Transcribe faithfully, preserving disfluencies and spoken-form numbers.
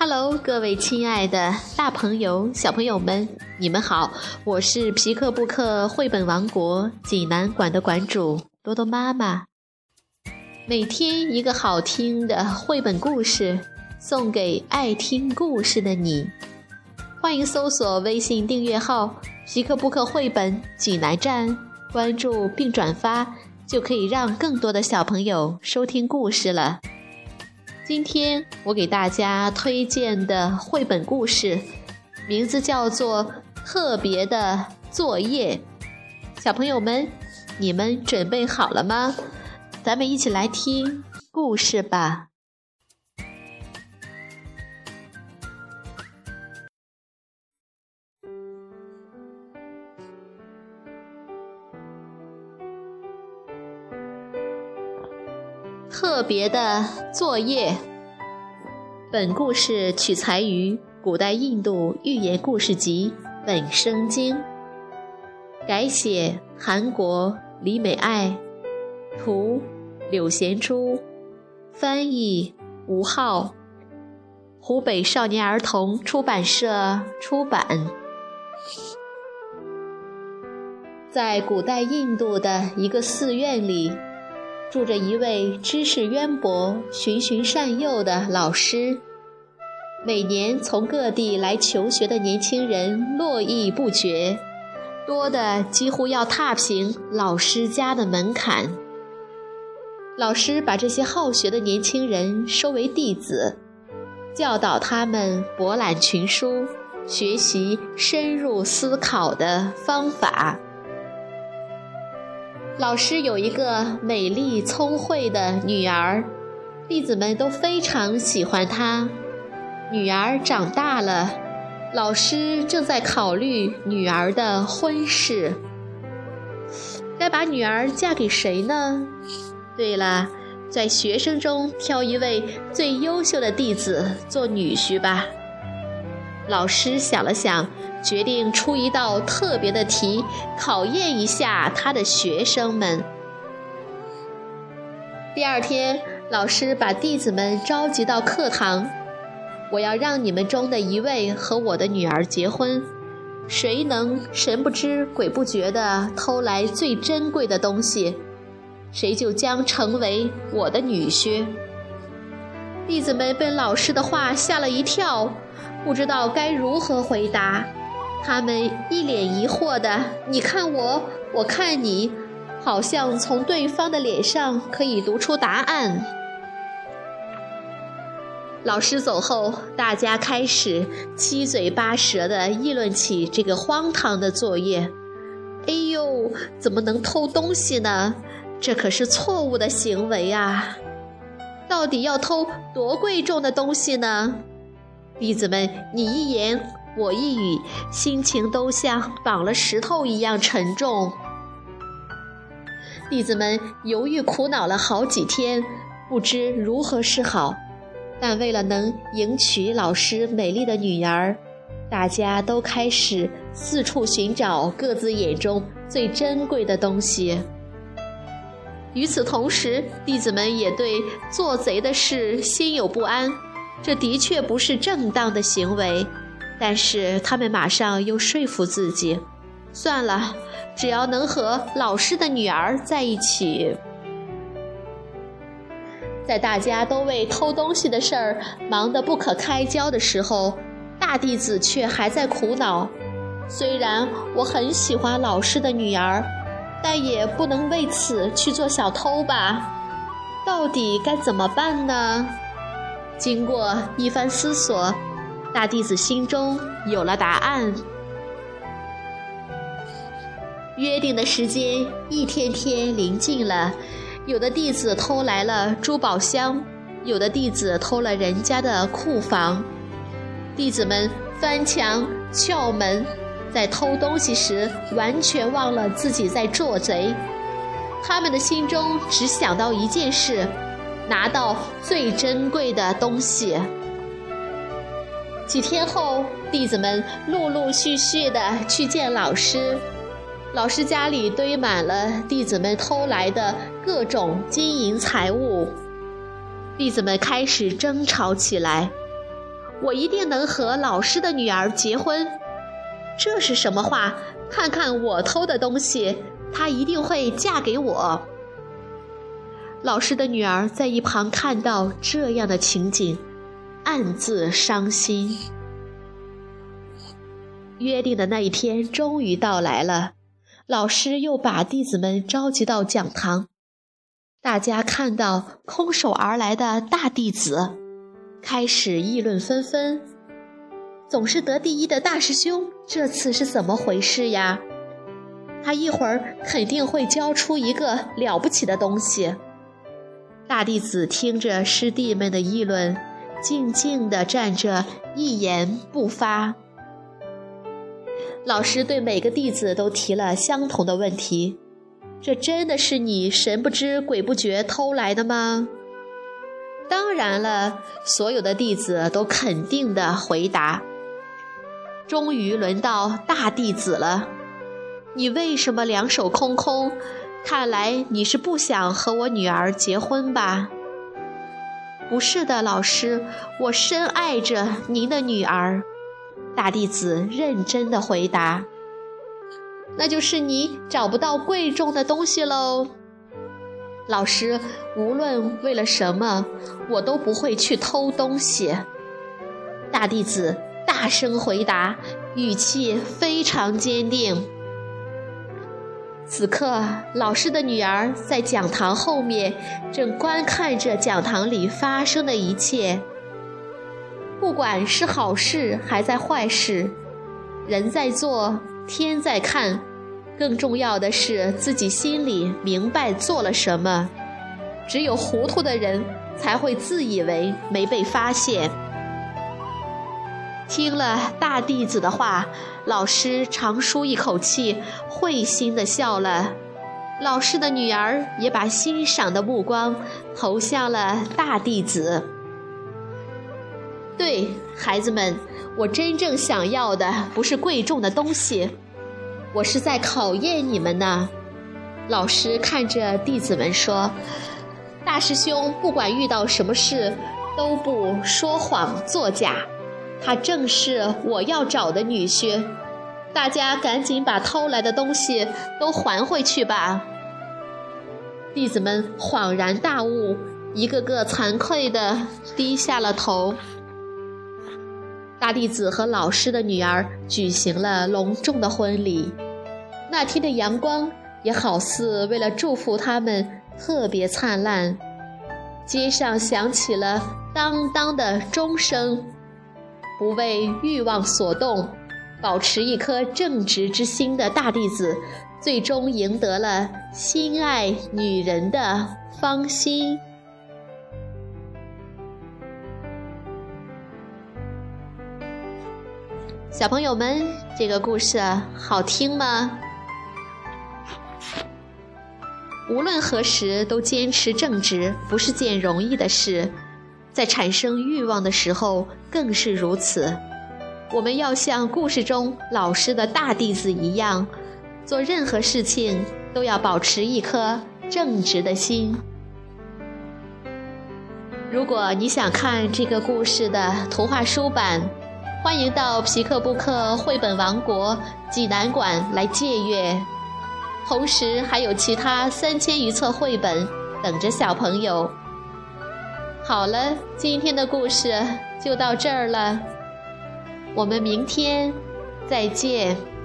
Hello， 各位亲爱的大朋友、小朋友们，你们好！我是皮克布克绘本王国济南馆的馆主多多妈妈。每天一个好听的绘本故事，送给爱听故事的你。欢迎搜索微信订阅号皮克布克绘本济南站，关注并转发，就可以让更多的小朋友收听故事了。今天我给大家推荐的绘本故事名字叫做《特别的作业》。小朋友们，你们准备好了吗？咱们一起来听故事吧。特别的作业。本故事取材于古代印度寓言故事集《本生经》，改写韩国李美爱，图柳贤珠，翻译吴浩，湖北少年儿童出版社出版。在古代印度的一个寺院里，住着一位知识渊博、循循善诱的老师。每年从各地来求学的年轻人络绎不绝，多得几乎要踏平老师家的门槛。老师把这些好学的年轻人收为弟子，教导他们博览群书，学习深入思考的方法。老师有一个美丽聪慧的女儿，弟子们都非常喜欢她。女儿长大了，老师正在考虑女儿的婚事。该把女儿嫁给谁呢？对了，在学生中挑一位最优秀的弟子做女婿吧。老师想了想，决定出一道特别的题，考验一下他的学生们。第二天，老师把弟子们召集到课堂，我要让你们中的一位和我的女儿结婚，谁能神不知鬼不觉地偷来最珍贵的东西，谁就将成为我的女婿。弟子们被老师的话吓了一跳，不知道该如何回答。他们一脸疑惑的，你看我，我看你，好像从对方的脸上可以读出答案。老师走后，大家开始七嘴八舌地议论起这个荒唐的作业。哎呦，怎么能偷东西呢？这可是错误的行为啊！到底要偷多贵重的东西呢？弟子们你一言我一语，心情都像绑了石头一样沉重。弟子们犹豫苦恼了好几天，不知如何是好。但为了能迎娶老师美丽的女儿，大家都开始四处寻找各自眼中最珍贵的东西。与此同时，弟子们也对做贼的事心有不安，这的确不是正当的行为，但是他们马上又说服自己，算了，只要能和老师的女儿在一起。在大家都为偷东西的事儿忙得不可开交的时候，大弟子却还在苦恼，虽然我很喜欢老师的女儿，但也不能为此去做小偷吧，到底该怎么办呢？经过一番思索，大弟子心中有了答案。约定的时间一天天临近了，有的弟子偷来了珠宝箱，有的弟子偷了人家的库房。弟子们翻墙撬门，在偷东西时完全忘了自己在做贼，他们的心中只想到一件事，拿到最珍贵的东西。几天后，弟子们陆陆续续地去见老师，老师家里堆满了弟子们偷来的各种金银财物。弟子们开始争吵起来， 我一定能和老师的女儿结婚。这是什么话？看看我偷的东西，她一定会嫁给我。老师的女儿在一旁看到这样的情景，暗自伤心。约定的那一天终于到来了，老师又把弟子们召集到讲堂。大家看到空手而来的大弟子，开始议论纷纷。总是得第一的大师兄，这次是怎么回事呀？他一会儿肯定会教出一个了不起的东西。大弟子听着师弟们的议论，静静地站着，一言不发。老师对每个弟子都提了相同的问题：这真的是你神不知鬼不觉偷来的吗？当然了，所有的弟子都肯定地回答。终于轮到大弟子了，你为什么两手空空？看来你是不想和我女儿结婚吧？不是的，老师，我深爱着您的女儿。大弟子认真地回答。那就是你找不到贵重的东西喽。老师，无论为了什么，我都不会去偷东西。大弟子大声回答，语气非常坚定。此刻，老师的女儿在讲堂后面正观看着讲堂里发生的一切。不管是好事还在坏事，人在做，天在看，更重要的是自己心里明白做了什么。只有糊涂的人才会自以为没被发现。听了大弟子的话，老师长舒一口气，会心地笑了。老师的女儿也把欣赏的目光投向了大弟子。对，孩子们，我真正想要的不是贵重的东西，我是在考验你们呢。老师看着弟子们说，大师兄不管遇到什么事都不说谎作假，他正是我要找的女婿，大家赶紧把偷来的东西都还回去吧。弟子们恍然大悟，一个个惭愧地低下了头。大弟子和老师的女儿举行了隆重的婚礼，那天的阳光也好似为了祝福他们特别灿烂。街上响起了当当的钟声。不为欲望所动，保持一颗正直之心的大弟子，最终赢得了心爱女人的芳心。小朋友们，这个故事好听吗？无论何时都坚持正直，不是件容易的事。在产生欲望的时候更是如此。我们要像故事中老师的大弟子一样，做任何事情都要保持一颗正直的心。如果你想看这个故事的图画书版，欢迎到皮克布克绘本王国济南馆来借阅，同时还有其他三千余册绘本等着小朋友。好了，今天的故事就到这儿了，我们明天再见。